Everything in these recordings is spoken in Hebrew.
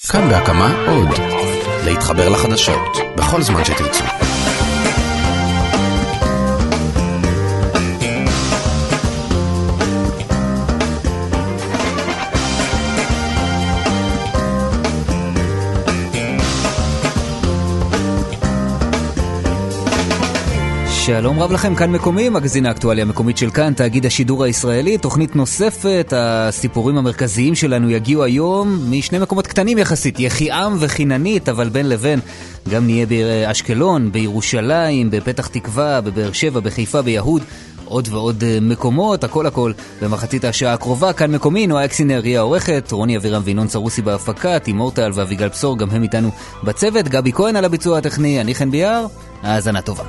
כאן בהקמה עוד. להתחבר לחדשות, בכל זמן שתרצו. שלום רב לכם, כאן מקומי, מגזין האקטואליה המקומית של כאן, תאגיד השידור הישראלי, תוכנית נוספת. הסיפורים המרכזיים שלנו יגיעו היום משני מקומות קטנים יחסית, יחיעם וחיננית, אבל בין לבין גם נהיה באשקלון, בירושלים, בפתח תקווה, בבאר שבע, בחיפה, ביהוד, עוד ועוד מקומות, הכל במחצית השעה הקרובה. כאן מקומי, נועה אקסינר היא העורכת, רוני אבירם וינון צרוסי בהפקה, תימור טל ואביגל בשור גם הם איתנו בצוות, גבי כהן על הביצוע הטכני, אני חן ביאר, האזנה טובה.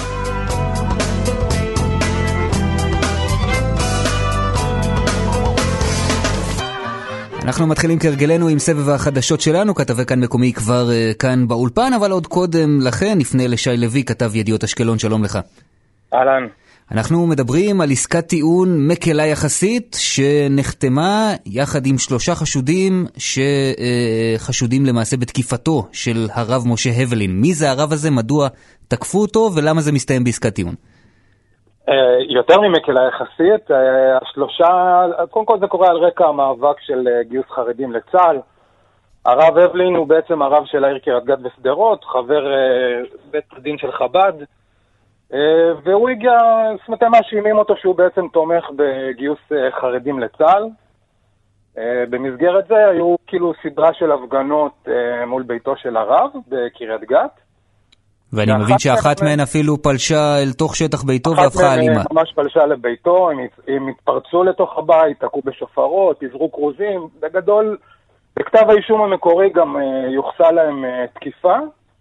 אנחנו מתחילים כרגלנו עם סבב החדשות שלנו, כתבי כאן מקומי כבר כאן באולפן, אבל עוד קודם לכן נפנה לשי לוי, כתב ידיעות אשקלון, שלום לך. אהלן. אנחנו מדברים על עסקת טיעון מקלה יחסית, שנחתמה יחד עם 3 חשודים שחשודים למעשה בתקיפתו של הרב משה הבלין. מי זה הרב הזה, מדוע תקפו אותו ולמה זה מסתיים בעסקת טיעון? יותר ממקלה יחסית, קודם כל זה קורה על רקע המאבק של גיוס חרדים לצה"ל. הרב הבלין הוא בעצם הרב של העיר קריית גת ושדרות, חבר בית הדין של חב"ד, והוא הגיע, זאת אומרת, מאשימים אותו שהוא בעצם תומך בגיוס חרדים לצה"ל. במסגרת זה היו כאילו סדרה של הפגנות מול ביתו של הרב בקריית גת, ואני מבין שאחת מהן אפילו פלשה אל תוך שטח ביתו והפכה אלימה. אחת מהן ממש פלשה לביתו, הם התפרצו לתוך הבית, תקעו בשופרות, יזרו קרוזים. בגדול, בכתב האישום המקורי גם יוחסה להם תקיפה.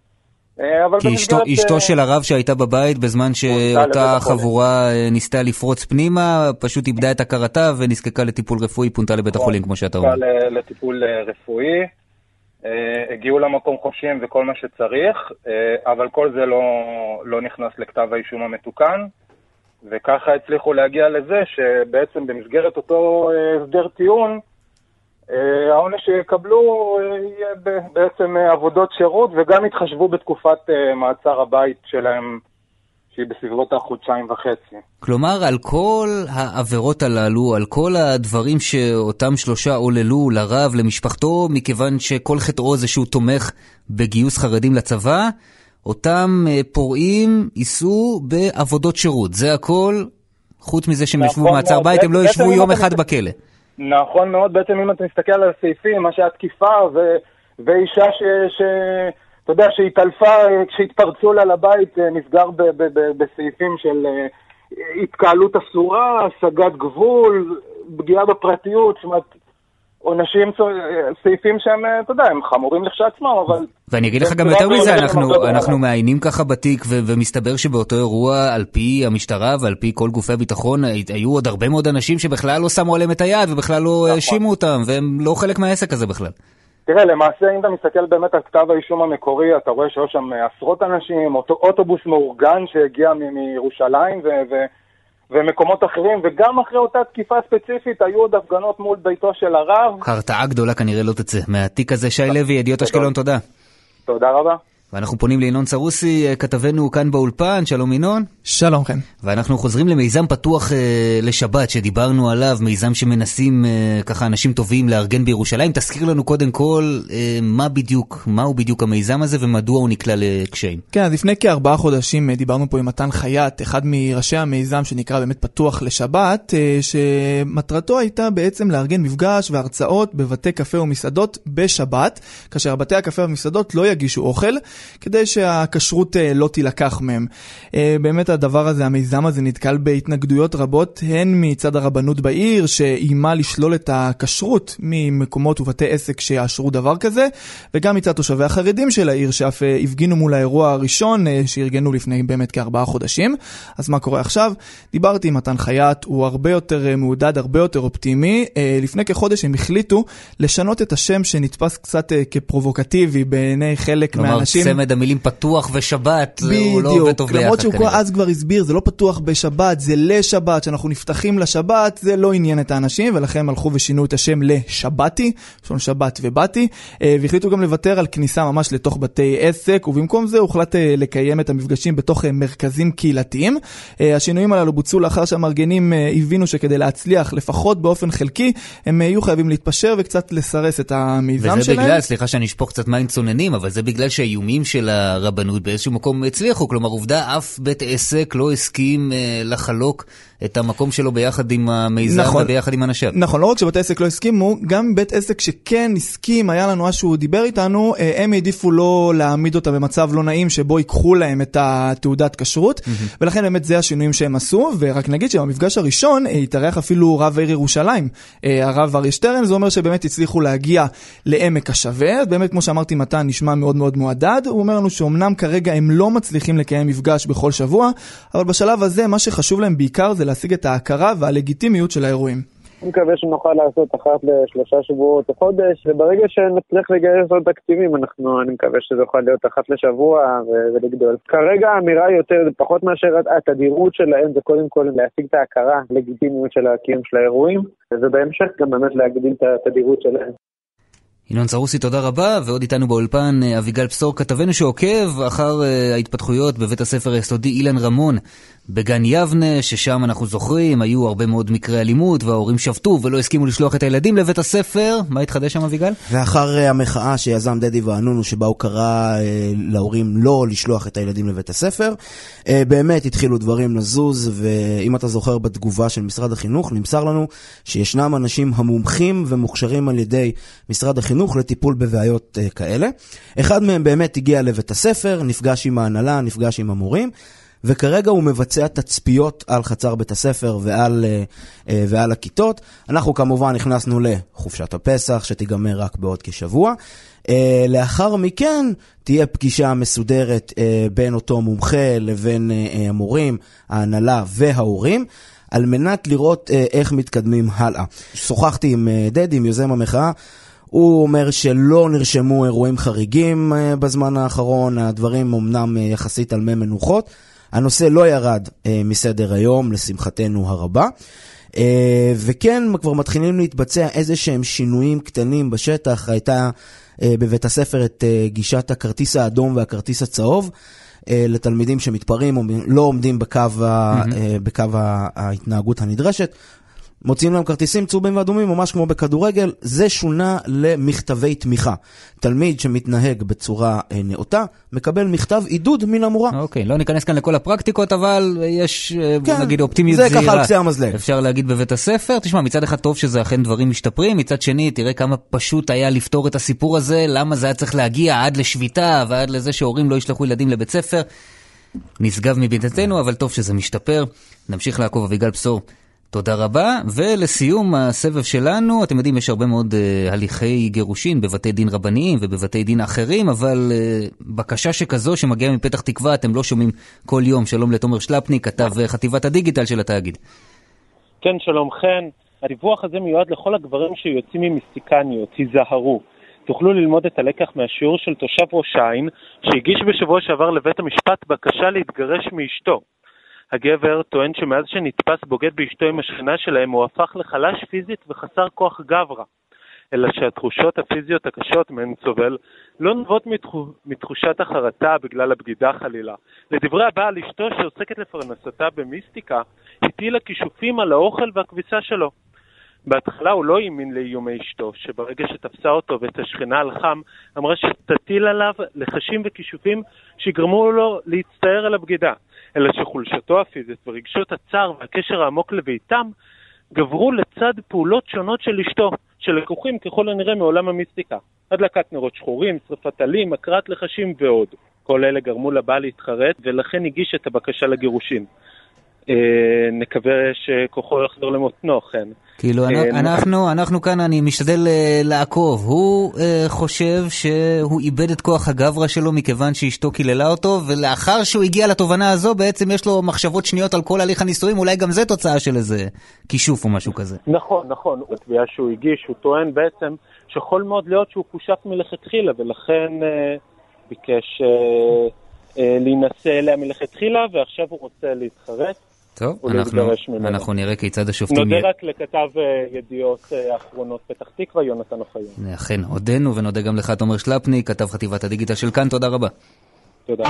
כי אשתו של הרב שהייתה בבית בזמן שאותה חבורה ניסתה לפרוץ פנימה, פשוט איבדה את הכרתה ונזקקה לטיפול רפואי, פונתה לבית החולים כמו שאתה אומר. לטיפול רפואי. הגיעו למקום חופשיים וכל מה שצריך, אבל כל זה לא נכנס לכתב האישום המתוקן, וככה הצליחו להגיע לזה שבעצם במסגרת אותו הסדר טיעון, העונש שיקבלו יהיה בעצם עבודות שירות, וגם התחשבו בתקופת מעצר הבית שלהם, שהיא בסביבות החודשיים וחצי. כלומר, על כל העבירות הללו, על כל הדברים שאותם 3 עוללו לרב, למשפחתו, מכיוון שכל חטאו זה שהוא תומך בגיוס חרדים לצבא, אותם פורעים ייסעו בעבודות שירות. זה הכל, חוץ מזה שהם ישבו במעצר בית, הם לא ישבו יום אחד בכלא. נכון מאוד, בעצם אם אתה מסתכל על הסעיפים, מה שהתקיפה ואישה אתה יודע, שהתעלפה, כשהתפרצו לה לבית, נסגר בסעיפים של התקהלות אסורה, השגת גבול, פגיעה בפרטיות, זאת אומרת, עונשים, סעיפים שהם, אתה יודע, הם חמורים לכשעצמם, אבל... ואני אגיד לך גם יותר מזה, אנחנו מעיינים ככה בתיק, ומסתבר שבאותו אירוע, על פי המשטרה ועל פי כל גופי הביטחון, היו עוד הרבה מאוד אנשים שבכלל לא שמו עליהם את היד, ובכלל לא האשימו אותם, והם לא חלק מהעסק הזה בכלל. תראה, למעשה, אם אתה מסתכל באמת על כתב האישום המקורי, אתה רואה שיש שם עשרות אנשים, אוטובוס מאורגן שהגיע מירושלים ומקומות אחרים, וגם אחרי אותה תקיפה ספציפית היו עוד הפגנות מול ביתו של הרב. הרתעה גדולה כנראה לא תצא. מהתיק הזה, שי לוי, ידיעות אשקלון, תודה. תודה רבה. ואנחנו פונים לינון צרוסי, כתבנו כאן באולפן, שלום ינון. שלום כן. ואנחנו חוזרים למיזם פתוח לשבת שדיברנו עליו, מיזם שמנסים ככה אנשים טובים לארגן בירושלים. תזכיר לנו קודם כל מהו בדיוק המיזם הזה ומדוע הוא נקלע לקשיים. כן, אז לפני כ4 חודשים דיברנו פה עם מתן חייט, אחד מראשי המיזם שנקרא באמת פתוח לשבת, שמטרתו הייתה בעצם לארגן מפגש והרצאות בבתי קפה ומסעדות בשבת, כאשר בתי הקפה והמסעדות לא יגישו אוכל, כדי שהכשרות לא תילקח מהם. באמת הדבר הזה, המיזם הזה נתקל בהתנגדויות רבות, הן מצד הרבנות בעיר, שאימה לשלול את הכשרות ממקומות ובתי עסק שיאשרו דבר כזה, וגם מצד תושבי החרדים של העיר, שאף הפגינו מול האירוע הראשון, שארגנו לפני באמת כ4 חודשים. אז מה קורה עכשיו? דיברתי עם מתן חייט, הוא הרבה יותר מעודד, הרבה יותר אופטימי. לפני כחודש הם החליטו לשנות את השם שנתפס קצת כפרובוקטיבי בעיני חלק מהאנשים צמד המילים פתוח ושבת, הוא לא עובד טוב ביחד. למרות שהוא אז כבר הסביר, זה לא פתוח בשבת, זה לשבת, שאנחנו נפתחים לשבת, זה לא עניין את האנשים, ולכן הלכו ושינו את השם לשבתי, שון שבת ובתי, והחליטו גם לוותר על כניסה ממש לתוך בתי עסק, ובמקום זה הוחלט לקיים את המפגשים בתוך מרכזים קהילתיים. השינויים הללו בוצעו לאחר שהמארגנים הבינו שכדי להצליח, לפחות באופן חלקי, הם יהיו חייבים להתפשר וקצת לסרס את המיזם שלהם. וזה בגלל, סליחה שאני אשפוך קצת מים צוננים, אבל זה בגלל שהאיומים של הרבנות באיזשהו מקום הצליחו. כלומר, עובדה, אף בית עסק לא הסכים לחלוק את המקום שלו ביחד עם המיזם וביחד עם אנשיו. נכון, לא רק שבית עסק לא הסכימו, גם בית עסק שכן הסכים, היה לנו משהו דיבר איתנו, הם העדיפו לא להעמיד אותה במצב לא נעים שבו ייקחו להם את התעודת כשרות, ולכן באמת זה השינויים שהם עשו, ורק נגיד שבמפגש הראשון התארח אפילו רב העיר ירושלים, הרב אריה שטרן, זה אומר שבאמת הצליחו להגיע לעמק השווה, באמת כמו שאמרתי מתן נשמע מאוד מאוד מועדד, הוא אומר לנו שאומנם כרגע הם לא מצליחים לקיים מפגש בכל שבוע, אבל בשלב הזה מה שחשוב להם בעיקר זה להשיג את ההכרה והלגיטימיות של האירועים. אני מקווה שנוכל לעשות אחת ל3 שבועות או חודש, וברגע שנצליח לגייס עוד תקציבים, אני מקווה שזה יוכל להיות אחת לשבוע ולגדול. כרגע האמירה יותר, פחות מאשר התדירות שלהם, זה קודם כל להשיג את ההכרה, לגיטימיות של הקיום של האירועים, ובהמשך גם באמת להגדיל את התדירות שלהם. ינון צרוסי, תודה רבה, ועוד איתנו באולפן אביגל בשור, כתבנו שעוקב אחר ההתפתחויות בבית הספר היסודי אילן רמון בגן יבנה, ששם אנחנו זוכרים, היו הרבה מאוד מקרי אלימות, וההורים שבתו ולא הסכימו לשלוח את הילדים לבית הספר. מה התחדש שם אביגל? ואחר המחאה שיזם דדי וענונו, שבה הוא קרא להורים לא לשלוח את הילדים לבית הספר, באמת התחילו דברים לזוז, ואם אתה זוכר בתגובה של משרד החינוך, נמסר לנו שישנם אנשים המומחים ומוכשרים על ידי משרד החינוך לטיפול בבעיות כאלה. אחד מהם באמת הגיע לבית הספר, נפגש עם ההנהלה, נפגש עם המורים, וכרגע הוא מבצע תצפיות על חצר בית הספר ועל הכיתות. אנחנו כמובן נכנסנו לחופשת הפסח שתיגמר רק בעוד כשבוע. לאחר מכן תהיה פגישה מסודרת בין אותו מומחה לבין המורים, ההנהלה וההורים, על מנת לראות איך מתקדמים הלאה. שוחחתי עם דדי, עם יוזם המחאה, הוא אומר שלא נרשמו אירועים חריגים בזמן האחרון, הדברים אמנם יחסית על מי מנוחות, הנושא לא ירד מסדר היום, לשמחתנו הרבה, וכן כבר מתחילים להתבצע איזה שהם שינויים קטנים בשטח. הייתה בבית הספר את גישת הכרטיס האדום והכרטיס הצהוב, לתלמידים שמתפרעים או לא עומדים בקו ההתנהגות הנדרשת, מוציאים להם כרטיסים צהובים ואדומים, ממש כמו בכדורגל. זה שונה למכתבי תמיכה. תלמיד שמתנהג בצורה נאותה, מקבל מכתב עידוד מן המורה. אוקיי, לא ניכנס כאן לכל הפרקטיקות, אבל יש, נגיד, אופטימיות זהירה. זה ככה על קצה המזלג. אפשר להגיד בבית הספר. תשמע, מצד אחד טוב שזה אכן דברים משתפרים, מצד שני, תראה כמה פשוט היה לפתור את הסיפור הזה, למה זה היה צריך להגיע עד לשביתה, ועד לזה שהורים לא ישלחו ילדים לבית ספר. נשגב מבינתנו, אבל טוב שזה משתפר. נמשיך לעקוב. אביגל בשור, תודה רבה. ולסיום הסבב שלנו, אתם יודעים, יש הרבה מאוד הליכי גירושין בבתי דין רבניים ובבתי דין אחרים, אבל בקשה שכזו שמגיעה מפתח תקווה, אתם לא שומעים כל יום. שלום לתומר שלפני, כתב חטיבת הדיגיטל של התאגיד. כן, שלום חן. הדיווח הזה מיועד לכל הגברים שיוצאים ממיסטיקניות, היזהרו. תוכלו ללמוד את הלקח מהשיעור של תושב ראש העין, שהגיש בשבוע שעבר לבית המשפט בקשה להתגרש מאשתו. הגבר טוען שמאז שנתפס בוגד באשתו עם השכנה שלהם, הוא הפך לחלש פיזית וחסר כוח גברה. אלא שהתחושות הפיזיות הקשות מהן סובל לא נובעות מתחושת החרטה בגלל הבגידה חלילה. לדברי הבעל, אשתו שעוסקת לפרנסתה במיסטיקה, הטילה כישופים על האוכל והכביסה שלו. בהתחלה הוא לא האמין לאיומי אשתו, שברגע שתפסה אותו ואת השכנה על חם, אמרה שתטיל עליו לחשים וכישופים שיגרמו לו להצטער על הבגידה. אלא שחולשתו הפיזית ורגשות הצער והקשר העמוק לביתם גברו לצד פעולות שונות של אשתו, שלקוחים ככל הנראה מעולם המיסטיקה. הדלקת נרות שחורים, שרפת עלים, הקראת לחשים ועוד. כל אלה גרמו לבעל להתחרט, ולכן הגיש את הבקשה לגירושין. נקווה שכוחו יחזור למותנו, כן. כאילו אנחנו כאן, אני משתדל לעקוב. הוא חושב שהוא איבד את כוח הגברה שלו מכיוון שאשתו קיללה אותו, ולאחר שהוא הגיע לתובנה הזו בעצם יש לו מחשבות שניות על כל הליך הנישואים. אולי גם זה תוצאה של איזה כישוף או משהו כזה. נכון. התביעה שהוא הגיש, הוא טוען בעצם שיכול מאוד להיות שהוא חושף מלכתחילה, ולכן ביקש להינשא אליה מלכתחילה, ועכשיו הוא רוצה להתחרט. טוב, אנחנו נראה כיצד השופטים... נודה רק לכתב ידיעות האחרונות פתח תקווה, יונתן אוחיון. אכן, עודנו, ונודה גם לך, תומר שלפני, כתב חטיבת הדיגיטל של כאן, תודה רבה. תודה.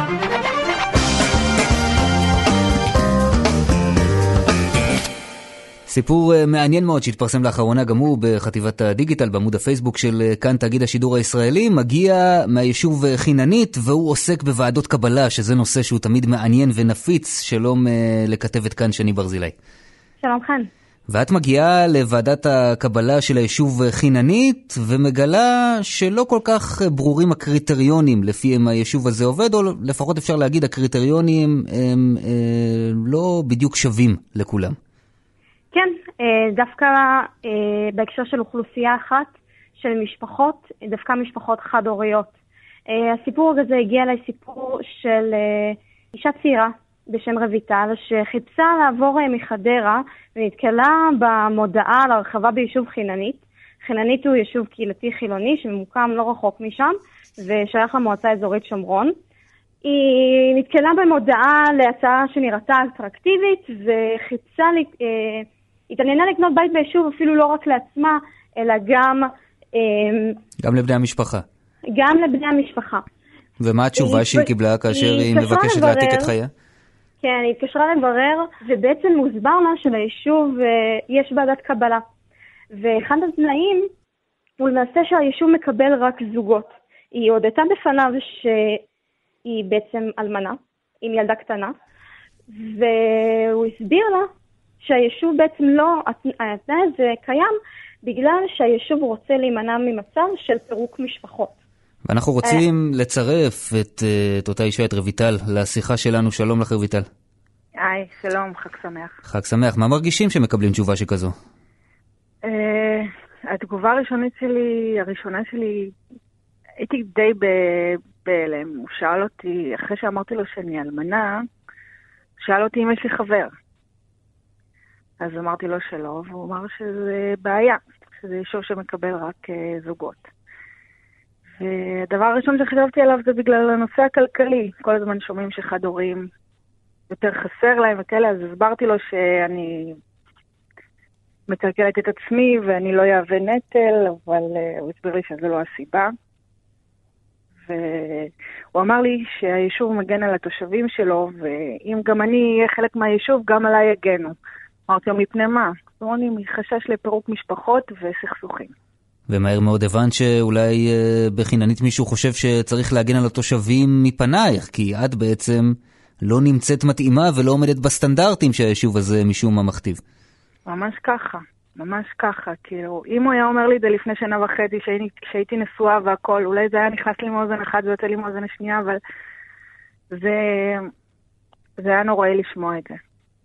סיפור מעניין מאוד שהתפרסם לאחרונה גם הוא בחטיבת הדיגיטל בעמוד הפייסבוק של כאן תאגיד השידור הישראלי, מגיע מהיישוב חיננית והוא עוסק בוועדות קבלה, שזה נושא שהוא תמיד מעניין ונפיץ. שלום לכתבת כאן שני ברזילי. שלום חן. ואת מגיעה לוועדת הקבלה של היישוב חיננית ומגלה שלא כל כך ברורים הקריטריונים לפיהם היישוב הזה עובד, או לפחות אפשר להגיד הקריטריונים הם לא בדיוק שווים לכולם. כן, דווקא בהקשר של אוכלוסייה אחת של משפחות, דווקא משפחות חד-הוריות. הסיפור הזה הגיע לסיפור של אישה צעירה בשם רויטל, שחיפשה לעבור מחדרה ונתקלה במודעה להרחבה ביישוב חיננית. חיננית הוא יישוב קהילתי חילוני שממוקם לא רחוק משם ושייך למועצה האזורית שומרון. היא נתקלה במודעה להצעה שנראתה אטרקטיבית וחיפשה התעניינה לקנות בית ביישוב אפילו לא רק לעצמה, אלא גם לבני המשפחה. גם לבני המשפחה. ומה התשובה שהיא קיבלה כאשר היא מבקשת להעתיק את חייה? כן, היא התקשרה לברר, ובעצם מוסבר לה שליישוב יש ועדת קבלה. ואחד התנאים הוא למעשה שהיישוב מקבל רק זוגות. היא הודתה בפניו שהיא בעצם אלמנה, עם ילדה קטנה, והוא הסביר לה שהיישוב בעצם לא, התנאי הזה קיים בגלל שהיישוב רוצה להימנע ממצב של פירוק משפחות. ואנחנו רוצים לצרף את אותה אישה, את רויטל, לשיחה שלנו. שלום לך רויטל. היי, שלום, חג שמח. חג שמח. מה מרגישים שמקבלים תשובה שכזו? התגובה הראשונה שלי, הייתי די בהלם. הוא שאל אותי, אחרי שאמרתי לו שאני אלמנה, שאל אותי אם יש לי חבר. אז אמרתי לו שלא, והוא אמר שזה בעיה, שזה יישוב שמקבל רק זוגות. והדבר הראשון שחשבתי עליו זה בגלל הנושא הכלכלי. כל הזמן שומעים שחד הורים יותר חסר להם וכאלה, אז הסברתי לו שאני מקלקלת את עצמי ואני לא אהווה נטל, אבל הוא הסביר לי שזה לא הסיבה. והוא אמר לי שהיישוב מגן על התושבים שלו, ואם גם אני אהיה חלק מהיישוב, גם עליי יגנו. אמרתי לו, מפני מה? זאת אומרת, מחשש לפירוק משפחות וסכסוכים. ומהר מאוד הבנת שאולי בחיננית מישהו חושב שצריך להגן על התושבים מפנייך, כי את בעצם לא נמצאת מתאימה ולא עומדת בסטנדרטים שהיישוב הזה משום מה מכתיב. ממש ככה, ממש ככה. כאילו, אם הוא היה אומר לי זה לפני שנה וחצי שהייתי נשואה והכל, אולי זה היה נכנס לי מאוזן אחד ויוצא לי מאוזן השנייה, אבל זה היה נוראי לשמוע את זה.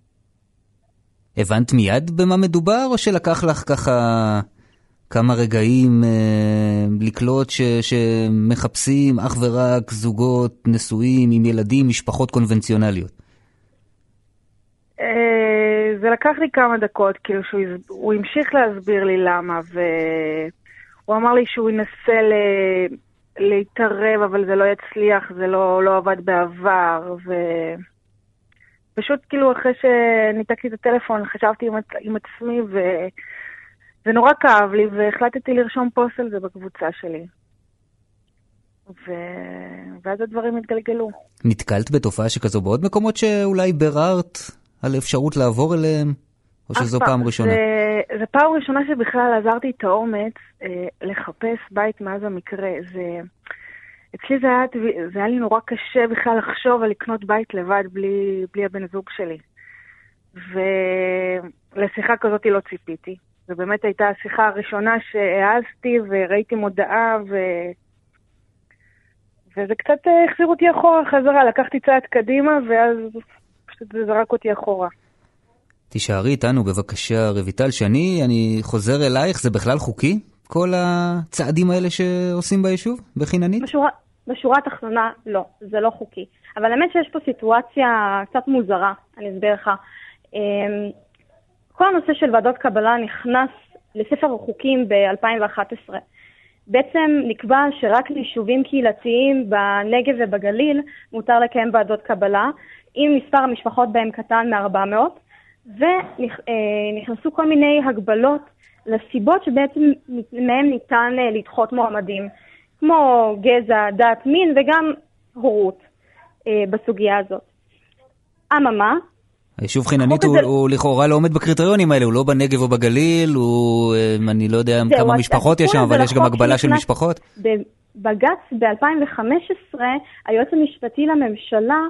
הבנת מיד במה מדובר, או שלקח לך ככה כמה רגעים לקלוט שמחפשים אך ורק זוגות נשואים עם ילדים, משפחות קונבנציונליות? זה לקח לי כמה דקות, כאילו שהוא המשיך להסביר לי למה, והוא אמר לי שהוא ינסה להתערב, אבל זה לא יצליח, זה לא עבד בעבר, פשוט כאילו אחרי שניתקתי את הטלפון, חשבתי עם עצמי, וזה נורא כאב לי, והחלטתי לרשום פוסט על זה בקבוצה שלי. ואז הדברים התגלגלו. נתקלת בתופעה שכזו בעוד מקומות שאולי בררת על אפשרות לעבור אליהם? או שזו פעם ראשונה? זה פעם ראשונה שבכלל עזרתי את האומץ לחפש בית מאז המקרה. אצלי זה היה לי נורא קשה בכלל לחשוב על לקנות בית לבד בלי הבן זוג שלי. ולשיחה כזאת לא ציפיתי. זו באמת הייתה השיחה הראשונה שהעזתי וראיתי מודעה וזה קצת החזיר אותי אחורה חזרה. לקחתי צעד קדימה ואז פשוט זה זרק אותי אחורה. תישארי איתנו בבקשה רויטל, שאני חוזר אלייך. זה בכלל חוקי? כל הצעדים האלה שעושים ביישוב, בחיננית? בשורה התחתונה, לא, זה לא חוקי. אבל האמת שיש פה סיטואציה קצת מוזרה, אני אסביר לך. כל הנושא של ועדות קבלה נכנס לספר החוקים ב-2011. בעצם נקבע שרק ליישובים קהילתיים בנגב ובגליל מותר לקיים ועדות קבלה, אם מספר המשפחות בהם קטן מ-400, ונכנסו כל מיני הגבלות לסיבות שבעצם מהם ניתן לדחות מועמדים, כמו גזע, דת, מין וגם הורות בסוגיה הזאת. אממה, היישוב חיננית הוא לכאורה לא עומד בקריטריונים האלה, הוא לא בנגב או בגליל, אני לא יודע כמה משפחות יש שם, אבל יש גם הגבלה של משפחות. בבג"ץ ב-2015, היועץ המשפטי לממשלה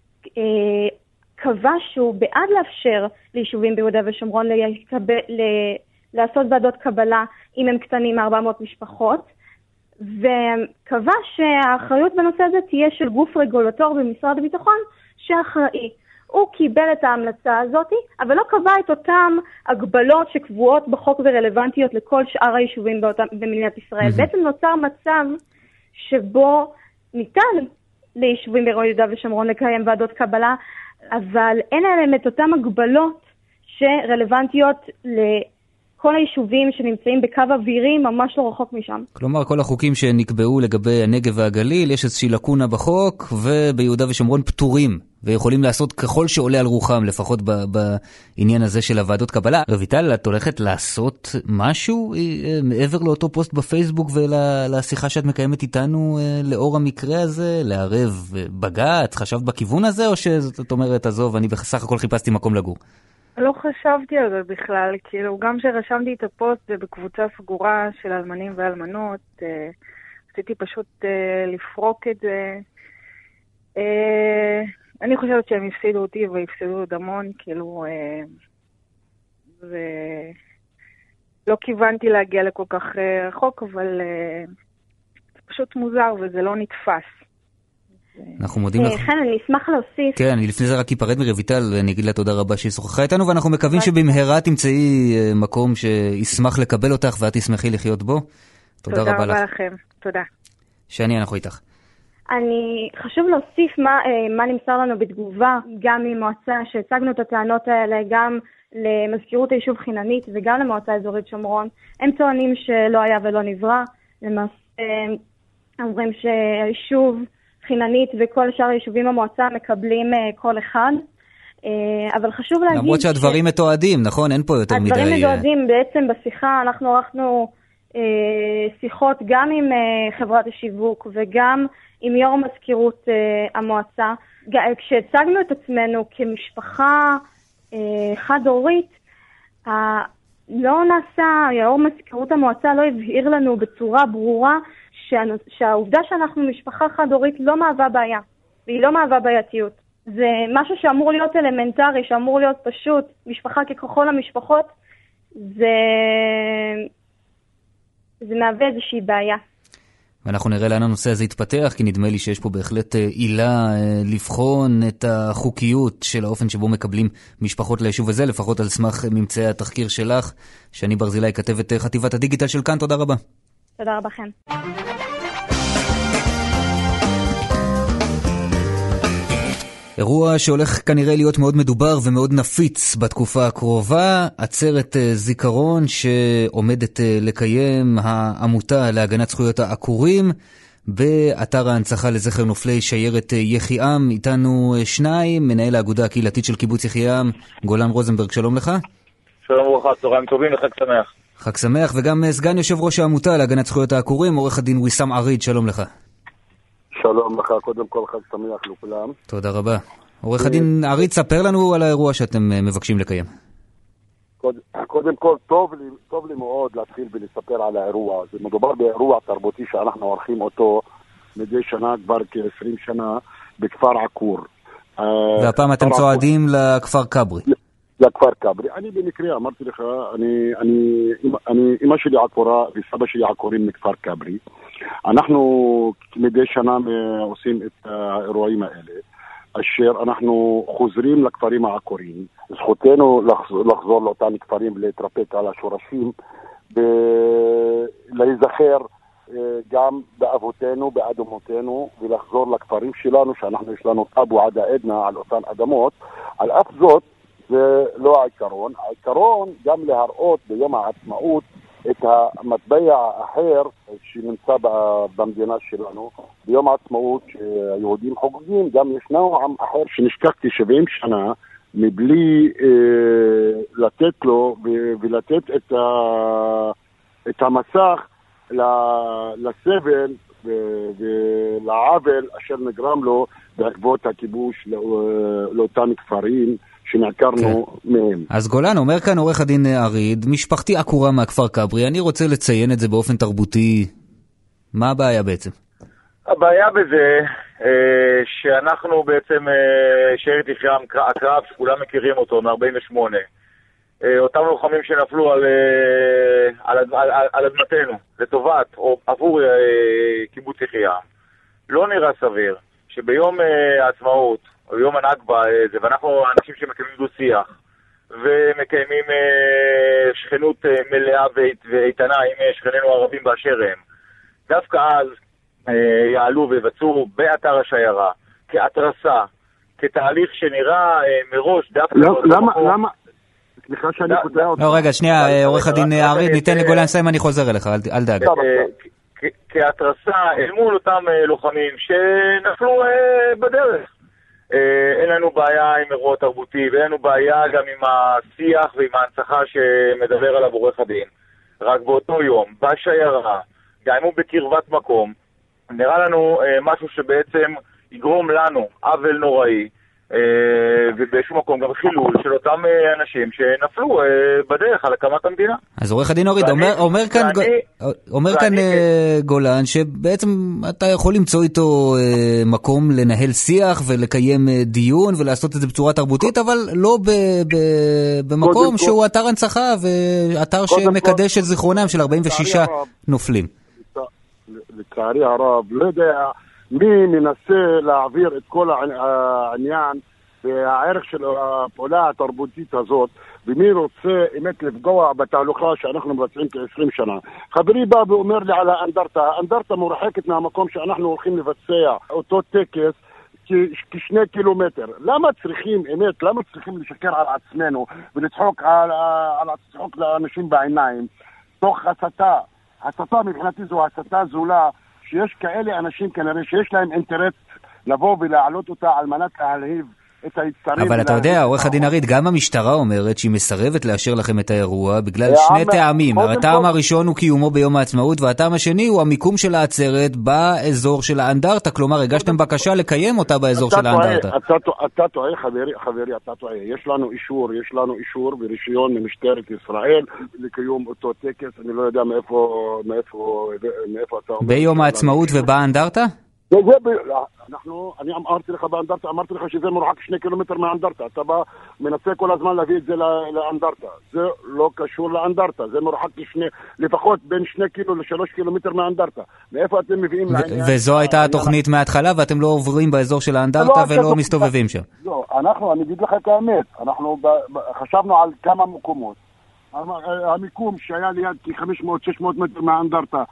קבע שהוא בעד לאפשר ליישובים ביהודה ושומרון לעשות ועדות קבלה אם הם קטנים מ-400 משפחות, וקבע שהאחריות בנושא הזה תהיה של גוף רגולטור במשרד הביטחון שאחראי. הוא קיבל את ההמלצה הזאת, אבל לא קבע את אותם הגבלות שקבועות בחוק ורלוונטיות לכל שאר היישובים במדינת ישראל. בעצם נוצר מצב שבו ניתן ליישובים ביהודה ושומרון לקיים ועדות קבלה, אבל אין עליהם את אותם הגבלות שרלוונטיות לכל היישובים שנמצאים בקו אווירי ממש לא רחוק משם. כלומר, כל החוקים שנקבעו לגבי הנגב והגליל, יש איזושהי לקונה בחוק, וביהודה ושומרון פטורים, ויכולים לעשות ככל שעולה על רוחם, לפחות בעניין הזה של הוועדות קבלה. רויטל, את הולכת לעשות משהו מעבר לאותו פוסט בפייסבוק ולשיחה שאת מקיימת איתנו לאור המקרה הזה? לערב בג"ץ? חשבת בכיוון הזה, או שזאת אומרת, עזוב, אני בסך הכל חיפשתי מקום לגור? לא חשבתי על זה בכלל, כאילו גם שרשמתי את הפוסט זה בקבוצה סגורה של אלמנים ואלמנות, רציתי פשוט לפרוק את זה. אני חושבת שהם הפסידו אותי והפסידו עוד המון, כאילו, ולא כיוונתי להגיע לכל כך רחוק, אבל זה פשוט מוזר וזה לא נתפס. אנחנו מודים לך. כן, אני אשמח להוסיף. כן, אני לפני זה רק אפרד מרויטל ואני אגיד לה תודה רבה שהיא שוחחה איתנו, ואנחנו מקווים שבמהרה תמצאי מקום שישמח לקבל אותך ואת תשמחי לחיות בו. תודה רבה לך. תודה רבה לכם, תודה. שני, אנחנו איתך. חשוב להוסיף מה נמסר לנו בתגובה, גם ממועצה שהצגנו את הטענות האלה, גם למזכירות היישוב חיננית וגם למועצה אזורית שומרון. הם טוענים שלא היה ולא נברא, למעשה אומרים שהיישוב חיננית וכל שאר היישובים המועצה מקבלים כל אחד, אבל חשוב להגיד... למרות שהדברים מתועדים, נכון? אין פה יותר מדי... הדברים מתועדים, בעצם בשיחה אנחנו ערכנו שיחות גם עם חברת השיווק וגם עם יו"ר מזכירות המועצה. כשהצגנו את עצמנו כמשפחה חד-הורית, לא נעשה, יו"ר מזכירות המועצה לא הבהיר לנו בצורה ברורה שהעובדה שאנחנו משפחה חד-הורית לא מהווה בעיה, והיא לא מהווה בעייתיות. זה משהו שאמור להיות אלמנטרי, שאמור להיות פשוט, משפחה ככל המשפחות, זה מהווה איזושהי בעיה. ואנחנו נראה לאן הנושא הזה יתפתח, כי נדמה לי שיש פה בהחלט עילה לבחון את החוקיות של האופן שבו מקבלים משפחות ליישוב הזה, לפחות על סמך ממצאי התחקיר שלך. שני ברזילי, כתבת חטיבת הדיגיטל של כאן, תודה רבה. תודה רבה לכם. אירוע שהולך כנראה להיות מאוד מדובר ומאוד נפיץ בתקופה הקרובה, עצרת זיכרון שעומדת לקיים העמותה להגנת זכויות העקורים באתר ההנצחה לזכר נופלי שיירת יחיעם. איתנו שניים, מנהל האגודה הקהילתית של קיבוץ יחיעם, גולן רוזנברג, שלום לך. שלום וברכה, צהריים טובים וחג שמח. חג שמח, וגם סגן יושב ראש העמותה להגנת זכויות העקורים, עורך הדין ויסאם עריד, שלום לך. שלום לך, קודם כל חג שמח לכולם. תודה רבה. עורך הדין עריד, ספר לנו על האירוע שאתם מבקשים לקיים. קודם כל, טוב לי מאוד להתחיל ולספר על האירוע. זה מדובר באירוע תרבותי שאנחנו עורכים אותו מדי שנה, כבר כ-20 שנה, בכפר עקור. והפעם אתם צועדים לכפר קברי. לכפר קברי. אני במקרה אמרתי לך, אמא שלי עקורה וסבא שלי עקורים מכפר קברי. אנחנו מדי שנה עושים את האירועים האלה, אשר אנחנו חוזרים לכפרים העקורים. זכותנו לחזור לאותם כפרים ולהתרפק על השורשים, להיזכר גם באבותינו, באדמותינו, ולחזור לכפרים שלנו, שאנחנו יש לנו טאבו עד העדנה על אותן אדמות. על אף זאת, זה לא העיקרון. העיקרון גם להראות ביום העצמאות את המטבע האחר שנמצא במדינה שלנו. ביום העצמאות שהיהודים חוגגים, גם ישנו עם אחר שנשכח כ-70 שנה, מבלי לתת לו ולתת את המסך לסבל ולעוול אשר נגרם לו בעקבות הכיבוש לאותם כפרים שנעקרנו מהם. אז גולן, אומר כאן עורך הדין אריד, משפחתי עקורה מהכפר כברי, אני רוצה לציין את זה באופן תרבותי. מה הבעיה בעצם? הבעיה בזה שאנחנו בעצם, שארית יחיעם, הקרב שכולם מכירים אותו מ-48, אותם לוחמים שנפלו על אדמתנו לטובת או עבור קיבוץ יחיעם, לא נראה סביר שביום העצמאות או יום הנכבה, ואנחנו אנשים שמקיימים דו-שיח ומקיימים שכנות מלאה ואיתנה עם שכנינו הערבים באשר הם, דווקא אז יעלו ויבצעו באתר השיירה כהתרסה, כתהליך שנראה מראש דווקא... למה? סליחה שאני קוטע אותך. לא, רגע, שנייה, עורך הדין אריד, ניתן לגולן סיים, אני חוזר אליך, אל דאגה. כהתרסה אל מול אותם לוחמים שנפלו בדרך. אין לנו בעיה עם אירוע תרבותי, ואין לנו בעיה גם עם השיח ועם ההנצחה שמדבר עליו עורך הדין. רק באותו יום, בשיירה, גם הוא בקרבת מקום, נראה לנו משהו שבעצם יגרום לנו עוול נוראי, ובאיזשהו מקום גם חילול של אותם אנשים שנפלו בדרך על הקמת המדינה. אז עורך הדין אוריד, אומר כאן גולן שבעצם אתה יכול למצוא איתו מקום לנהל שיח ולקיים דיון ולעשות את זה בצורה תרבותית, אבל לא במקום שהוא אתר הנצחה ואתר שמקדש את זיכרונם של 46 נופלים. לצערי הרב, לא יודע מי מנסה להעביר את כל העניין והערך של הפעולה התרבותית הזאת, ומי רוצה באמת לפגוע בתהלוכה שאנחנו מבצעים כ-20 שנה. חברי בא ואומר לי על האנדרטה, האנדרטה מורחקת מהמקום שאנחנו הולכים לבצע אותו טקס כ2 קילומטר. למה צריכים, אמת, למה צריכים לשקר על עצמנו ולצחוק לצחוק לאנשים בעיניים תוך הסתה? הסתה מבחינתי זו הסתה זולה, שיש כאלה אנשים כנראה שיש להם אינטרס לבוא ולהעלות אותה על מנת להלהיב את היצרים. אבל אתה יודע, עורך הדין אריד, גם המשטרה אומרת שהיא מסרבת לאשר לכם את האירוע בגלל שני טעמים. הטעם הראשון הוא קיומו ביום העצמאות, והטעם השני הוא המיקום של העצרת באזור של האנדרטה, כלומר הגשתם בקשה לקיים אותה באזור של האנדרטה. אתה טועה, חברי, אתה טועה. יש לנו אישור ורישיון ממשטרת ישראל לקיום אותו טקס, אני לא יודע מאיפה אתה אומר. ביום העצמאות ובאנדרטה? אני אמרתי לך באנדרטה, אמרתי לך שזה מורחק 2 קילומטר מהאנדרטה. אתה בא, מנסה כל הזמן להביא את זה לאנדרטה. זה לא קשור לאנדרטה, זה מורחק לפחות בין 2 קילו ל3 קילומטר מהאנדרטה. מאיפה אתם מביאים לעניין? וזו הייתה התוכנית מההתחלה, ואתם לא עוברים באזור של האנדרטה ולא מסתובבים שם. לא, אני אגיד לך את האמת, אנחנו חשבנו על כמה מקומות. המיקום שהיה ליד כ-500-600 מטר מהאנדרטה,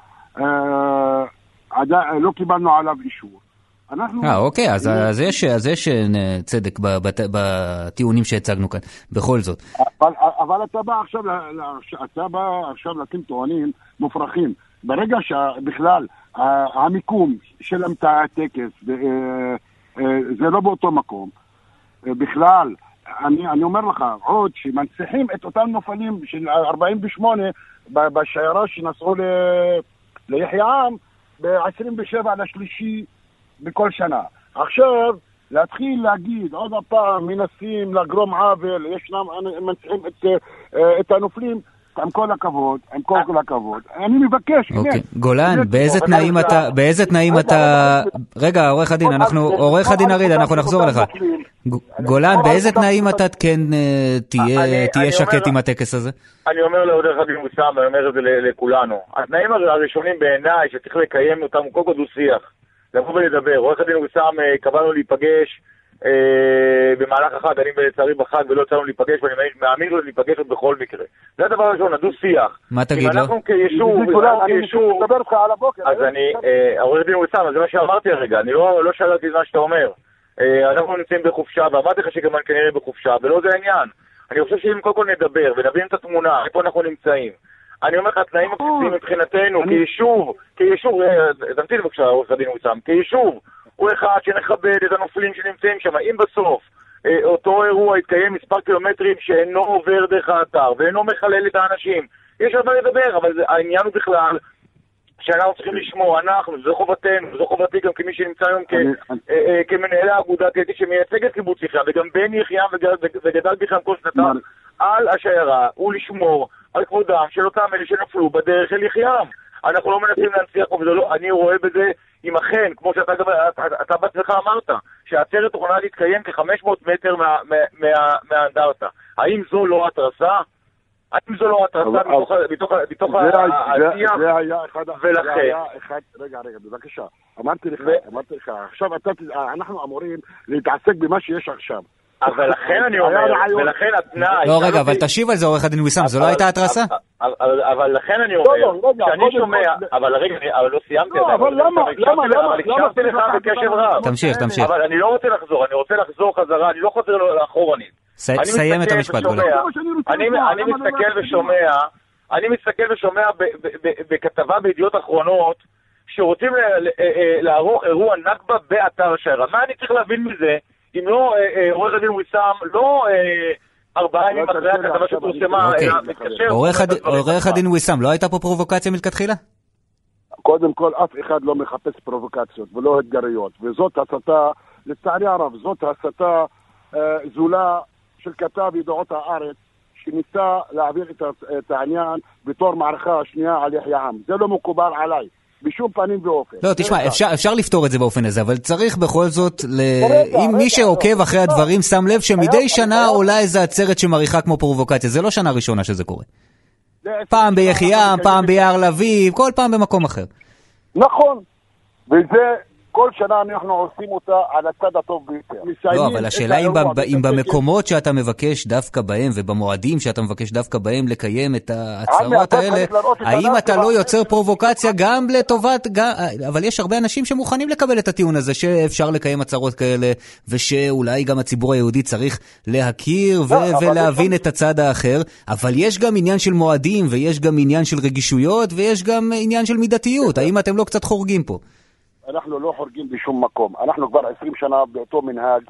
לא קיבלנו עליו אישור. אוקיי, אז יש צדק בטיעונים שהצגנו כאן, בכל זאת. אבל אתה בא עכשיו להקים טוענים מופרכים. ברגע שבכלל המיקום של הטקס זה לא באותו מקום, בכלל, אני אומר לך, עוד שמנציחים את אותם נופלים של 48 בשיירה שנסעו ליחיעם, ב-27 לשלישי בכל שנה. עכשיו, להתחיל להגיד, עוד הפעם, מנסים לגרום עוול, ישנם, מנציחים את הנופלים, עם כל הכבוד, אני מבקש, אוקיי. גולן, באיזה תנאים אתה... רגע, עורך הדין אריד, אנחנו נחזור לך. גולן, באיזה תנאים אתה כן תהיה שקט עם הטקס הזה? אני אומר לעורך הדין מוסם, אני אומר את זה לכולנו. התנאים הראשונים בעיניי שצריך לקיים אותם, קודם כל דו-שיח, לבוא ולדבר. עורך הדין מוסם, קבענו להיפגש במהלך החג, אני לצערי בחג ולא יצאנו להיפגש, ואני מאמין לו להיפגש עוד בכל מקרה. זה הדבר הראשון, הדו-שיח. מה תגיד לו? אם אנחנו כיישוב, אז אני, עורך הדין מוסם, זה מה שאמרתי הרגע, אני לא שאלתי את מה שאתה אומר. אנחנו נמצאים בחופשה, ואמרתי לך שגם אני כנראה בחופשה, ולא זה העניין. אני חושב שאם קודם כל נדבר ונבין את התמונה, איפה אנחנו נמצאים, אני אומר לך, התנאים הבסיסיים מבחינתנו, כיישוב, תמתין בבקשה, עורך הדין ויסאם, כיישוב, הוא אחד שנכבד את הנופלים שנמצאים שם. אם בסוף אותו אירוע יתקיים מספר קילומטרים שאינו עובר דרך האתר ואינו מחלל את האנשים, יש הרבה לדבר, אבל העניין הוא בכלל שאנחנו צריכים לשמור, זו חובתנו, זו חובתי גם כמי שנמצא היום כמנהל האגודה הקהילתית שמייצג את קיבוץ יחיעם, וגם בן יחיעם וגדל ביחיעם כל שנתם, על השיירה הוא לשמור על כבודם של אותם אלה שנפלו בדרך אל יחיעם. אנחנו לא מנסים להנציח, אני רואה בזה, אם אכן, כמו שאתה בעצמך אמרת, שהעצרת תוכנה להתקיים כ-500 מטר מהאנדרטה. האם זו לא התרסה? האם זו לא התרסה מתוך העשייה? זה היה אחד... ולכן... רגע, בבקשה. אמרתי לך, עכשיו אנחנו אמורים להתעסק במה שיש עכשיו. אבל לכן אני אומר, ולכן התנאי... לא, רגע, אבל תשיב על זה עורך הדין ויסאם, זו לא הייתה התרסה? אבל לכן אני אומר, שאני שומע, אבל רגע, אבל לא סיימתי עדיין. אבל למה? אבל הקשבתי לך בקשב רב. תמשיך. אבל אני לא רוצה לחזור, אני רוצה לחזור חזרה, אני לא חוזר לאחורנית. סיים את המשפט, גולן. אני מסתכל ושומע בכתבה בידיעות אחרונות, שרוצים לערוך אירוע נכבה באתר השיירה. מה אני צריך להבין מזה? אם לא, עורך הדין ויסאם, לא 4 ימים אחרי הכתבה שפורסמה, מתקשר... עורך הדין ויסאם, לא הייתה פה פרובוקציה מלכתחילה? קודם כל, אף אחד לא מחפש פרובוקציות ולא התגריות, וזאת הסתה, לצערי הרב, זאת הסתה זולה של כתב ידיעות הארץ, שניסה להעביר את העניין בתור מערכה השנייה על יחיעם. זה לא מקובל עליי. בשום פנים ואופן. לא, תשמע, אפשר לפתור את זה באופן הזה, אבל צריך בכל זאת, אם מי שעוקב אחרי הדברים שם לב שמדי שנה עולה איזו עצרת שמריחה כמו פרובוקציה, זה לא שנה ראשונה שזה קורה. פעם ביחיעם, פעם ביער לביב, כל פעם במקום אחר. נכון, וזה כל שנה אנחנו עושים אותה על הצד הטוב ביותר. לא, אבל השאלה אם במקומות שאתה מבקש דווקא בהם, ובמועדים שאתה מבקש דווקא בהם לקיים את ההצהרות האלה, האם אתה לא יוצר פרובוקציה גם לטובת, אבל יש הרבה אנשים שמוכנים לקבל את הטיעון הזה, שאפשר לקיים הצהרות כאלה, ושאולי גם הציבור היהודי צריך להכיר ולהבין את הצד האחר, אבל יש גם עניין של מועדים, ויש גם עניין של רגישויות, ויש גם עניין של מידתיות. האם אתם לא קצת חורגים פה? אנחנו לא חורגים בשום מקום. אנחנו כבר 20 שנה באותו מנהג.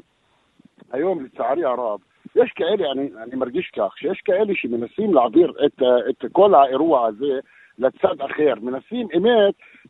היום לצערי הרב, יש כאלה, אני מרגיש כך, שיש כאלה שמנסים להעביר את כל האירוע הזה לצד אחר. מנסים אמת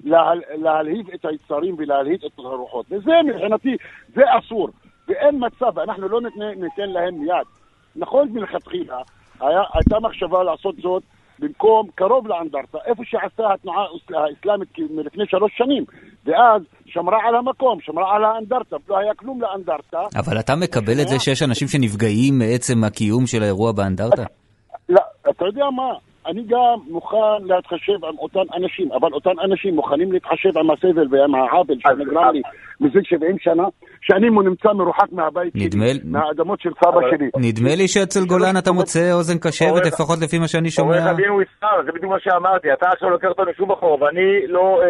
להלהיב את היצרים ולהלהיב את הרוחות. וזה מבחינתי, זה אסור. ואין מצב, אנחנו לא ניתן להם יד. נכון מלכתחילה, הייתה מחשבה לעשות זאת במקום קרוב לאנדרטה, איפה שעשתה התנועה האסלאמית מלפני 3 שנים, ואז שמרה על המקום, שמרה על האנדרטה, לא היה כלום לאנדרטה. אבל אתה מקבל את זה שיש אנשים שנפגעים מעצם הקיום של האירוע באנדרטה? לא, אתה יודע מה? אני גם מוכן להתחשב עם אותן אנשים, אבל אותן אנשים מוכנים להתחשב עם הסבל ועם העוול שנגרם לי מזה 70 שנה, שאני נמצא מרוחק מהבית שלי, מהאדמות של סבא שלי. נדמה לי שאצל גולן אתה מוצא אוזן קשבת, לפחות לפי מה שאני שומע. עורך הדין ויסאם, זה בדיוק מה שאמרתי, אתה עכשיו לוקח אותנו שוב אחורה, ואני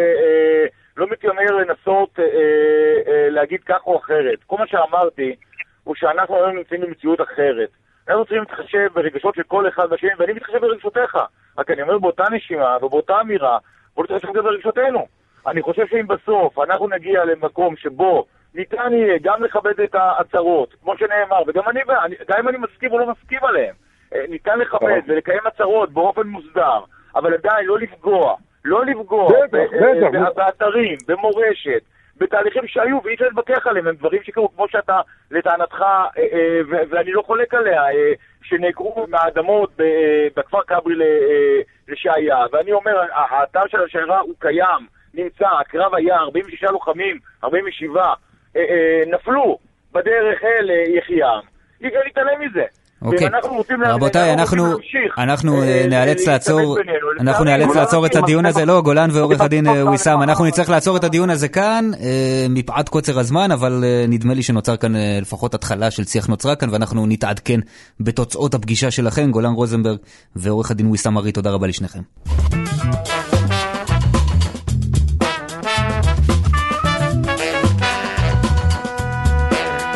לא מתיימר לנסות להגיד כך או אחרת. כל מה שאמרתי הוא שאנחנו היום נמצאים במציאות אחרת. אנחנו צריכים להתחשב ברגשות של כל אחד בשני, ואני מתחשב ברגשותיך. רק אני אומר באותה נשימה ובאותה אמירה, בוא נתחשב גם ברגשותינו. אני חושב שאם בסוף אנחנו נגיע למקום שבו ניתן יהיה גם לכבד את ההצהרות, כמו שנאמר, וגם גם אם אני מסכים או לא מסכים עליהם, ניתן לכבד ולקיים הצהרות באופן מוסדר, אבל עדיין לא לפגוע באתרים, במורשת, בתהליכים שהיו ואי אפשר להתווכח עליהם, הם דברים שקרו כמו שאתה לטענתך, ואני לא חולק עליה, שנעקרו מהאדמות בכפר כברי לשעיה, ואני אומר, האתר של השיירה הוא קיים, נמצא, הקרב היה 46 לוחמים, 47, נפלו בדרך אל יחיעם, אי אפשר להתעלם מזה. רבותיי, אנחנו נאלץ לעצור את הדיון הזה, לא, גולן ועורך הדין ויסאם, אנחנו נצטרך לעצור את הדיון הזה כאן, מפאת קוצר הזמן, אבל נדמה לי שנוצר כאן לפחות התחלה של שיח נוצרה כאן, ואנחנו נתעדכן בתוצאות הפגישה שלכם, גולן רוזנברג ועורך הדין ויסאם ארי, תודה רבה לשניכם.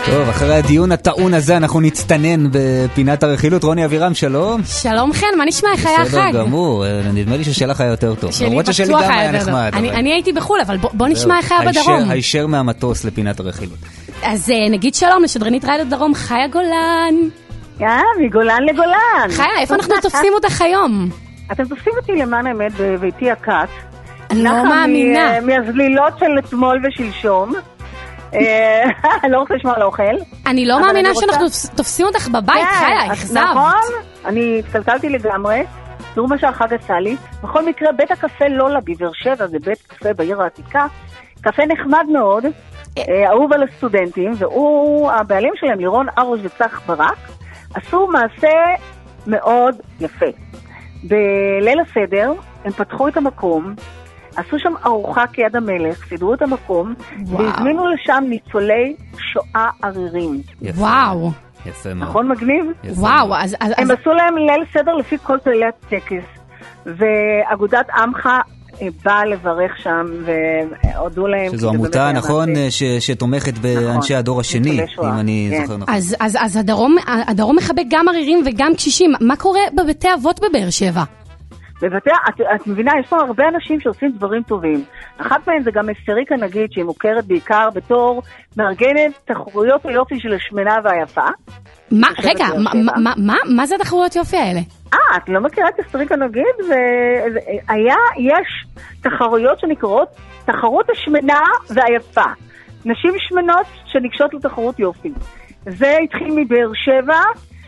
טוב, אחרי הדיון הטעון הזה אנחנו נצטנן בפינת הרכילות. רוני אבירם, שלום. שלום חן, מה נשמע? איך היה החג? בסדר גמור, נדמה לי ששלך היה יותר טוב. למרות ששלי גם היה נחמד. אני הייתי בחול, אבל בוא נשמע איך היה בדרום. הישר מהמטוס לפינת הרכילות. אז נגיד שלום לשדרנית רדיו דרום, חיה גולן. מגולן לגולן. חיה, איפה אנחנו תופסים אותך היום? אתם תופסים אותי למען האמת בביתי הקט. לא מאמינה. מהזלילות של אתמול ושלשום. לא רוצה לשמוע על האוכל. אני לא מאמינה שאנחנו תופסים אותך בבית, חיה, אכזבת. נכון, אני התקלקלתי לגמרי. תראו מה שהחג עשה לי. בכל מקרה, בית הקפה לולה בבאר שבע, זה בית קפה בעיר העתיקה. קפה נחמד מאוד, אהוב על הסטודנטים, והוא, הבעלים שלהם, לירון ארוש וצח ברק, עשו מעשה מאוד יפה. בליל הסדר, הם פתחו את המקום, עשו שם ארוחה כיד המלך, סידרו את המקום, והזמינו לשם ניצולי שואה ערירים. וואו. יפה מאוד. נכון מגניב? וואו. הם עשו להם ליל סדר לפי כל כללי הטקס, ואגודת עמך באה לברך שם, והודו להם. שזו עמותה, נכון, שתומכת באנשי הדור השני, אם אני זוכר נכון. אז הדרום מחבק גם ערירים וגם קשישים. מה קורה בבתי אבות בבאר שבע? את מבינה, יש פה הרבה אנשים שעושים דברים טובים. אחת מהם זה גם אסתריקה נגיד, שהיא מוכרת בעיקר בתור מארגנת תחרויות היופי של השמנה והיפה. רגע, מה זה התחרויות יופי האלה? את לא מכירה את אסתריקה נגיד? יש תחרויות שנקראות תחרות השמנה והיפה. נשים שמנות שניגשות לתחרות יופי. זה התחיל מבאר שבע,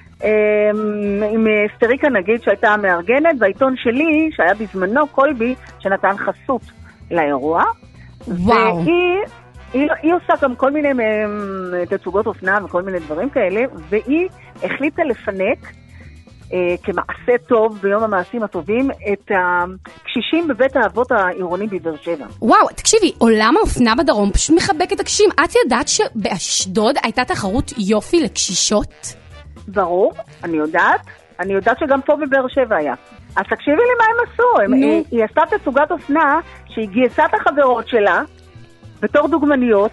עם אסתריקה נגיד שהייתה המארגנת, והעיתון שלי שהיה בזמנו קולבי שנתן חסות לאירוע. וואו. והיא עושה גם כל מיני תצוגות אופנה וכל מיני דברים כאלה, והיא החליטה לפנק כמעשה טוב ביום המעשים הטובים את הקשישים בבית האבות העירוני בבאר שבע. וואו, תקשיבי, עולם האופנה בדרום פשוט מחבק את הקשישים. את ידעת שבאשדוד הייתה תחרות יופי לקשישות? ברור, אני יודעת שגם פה בבאר שבע היה. אז תקשיבי לי מה הם עשו. היא עשתה תצוגת אופנה שהיא גייסה את החברות שלה בתור דוגמניות,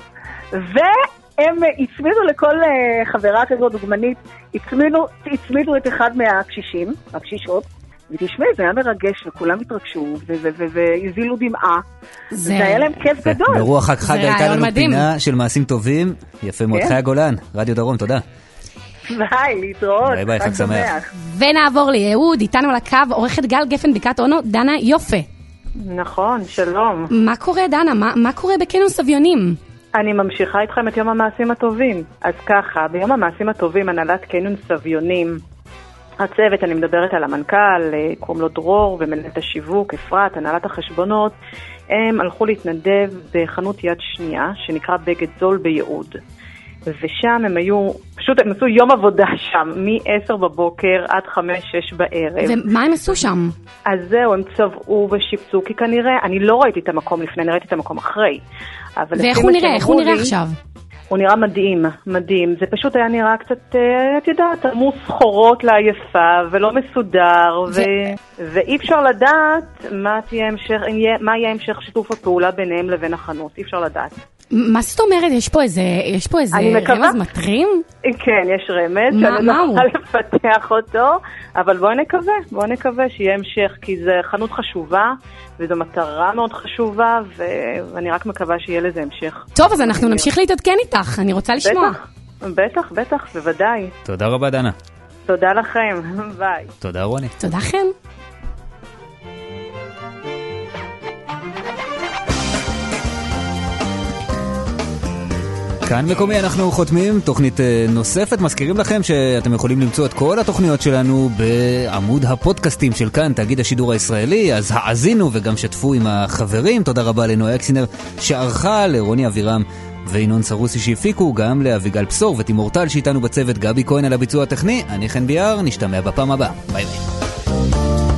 והם הצמידו לכל חברה כזו דוגמנית, הצמידו את אחד מהקשישים, הקשישות, ותשמעי, זה היה מרגש, וכולם התרגשו, והזילו דמעה. זה היה להם כיף גדול. ברוח חג הייתה לנו פינה של מעשים טובים. יפה מאוד. חיה גולן, רדיו דרום, תודה. ביי, להתראות. ביי, חג שמח. ונעבור ליהוד, איתנו על הקו, עורכת גל גפן בקעת אונו, דנה יופה. נכון, שלום. מה קורה, דנה? מה קורה בכנס סביונים? אני ממשיכה איתכם את יום המעשים הטובים. אז ככה, ביום המעשים הטובים, הנהלת כנס סביונים, הצוות, אני מדברת על המנכ"ל, קוראים לו דרור, ומנהלת השיווק, אפרת, הנהלת החשבונות, הם הלכו להתנדב בחנות יד שנייה, שנקרא בגד זול ביהוד. ושם הם עשו יום עבודה שם, מ-10 בבוקר עד 5-6 בערב. ומה הם עשו שם? אז זהו, הם צבעו ושיפצו, כי כנראה, אני לא ראיתי את המקום לפני, אני ראיתי את המקום אחרי. ואיך הוא נראה? איך הוא נראה עכשיו? הוא נראה מדהים, מדהים. זה פשוט היה נראה קצת, את יודעת, עמוס סחורות לעייפה, ולא מסודר, ואי אפשר לדעת מה יהיה המשך שיתוף הפעולה ביניהם לבין החנות. אי אפשר לדעת. מה זאת אומרת? יש פה איזה רמז מטרים? כן, יש רמז, שאני לא יכולה לפתח אותו, אבל בואו נקווה שיהיה המשך, כי זה חנות חשובה, וזו מטרה מאוד חשובה, ואני רק מקווה שיהיה לזה המשך. טוב, אז אנחנו נמשיך להתעדכן איתך, אני רוצה לשמוע. בטח, בוודאי. תודה רבה, דנה. תודה לכם, ביי. תודה, רוני. תודה, חן. כאן מקומי אנחנו חותמים תוכנית נוספת. מזכירים לכם שאתם יכולים למצוא את כל התוכניות שלנו בעמוד הפודקאסטים של כאן, תאגיד השידור הישראלי. אז האזינו וגם שתפו עם החברים. תודה רבה לנועה אקסינר שערכה, לרוני אבירם וינון סרוסי שהפיקו, גם לאביגל פסור ותימור טל שאיתנו בצוות, גבי כהן על הביצוע הטכני. אני חן ביאר, נשתמע בפעם הבאה. ביי ביי.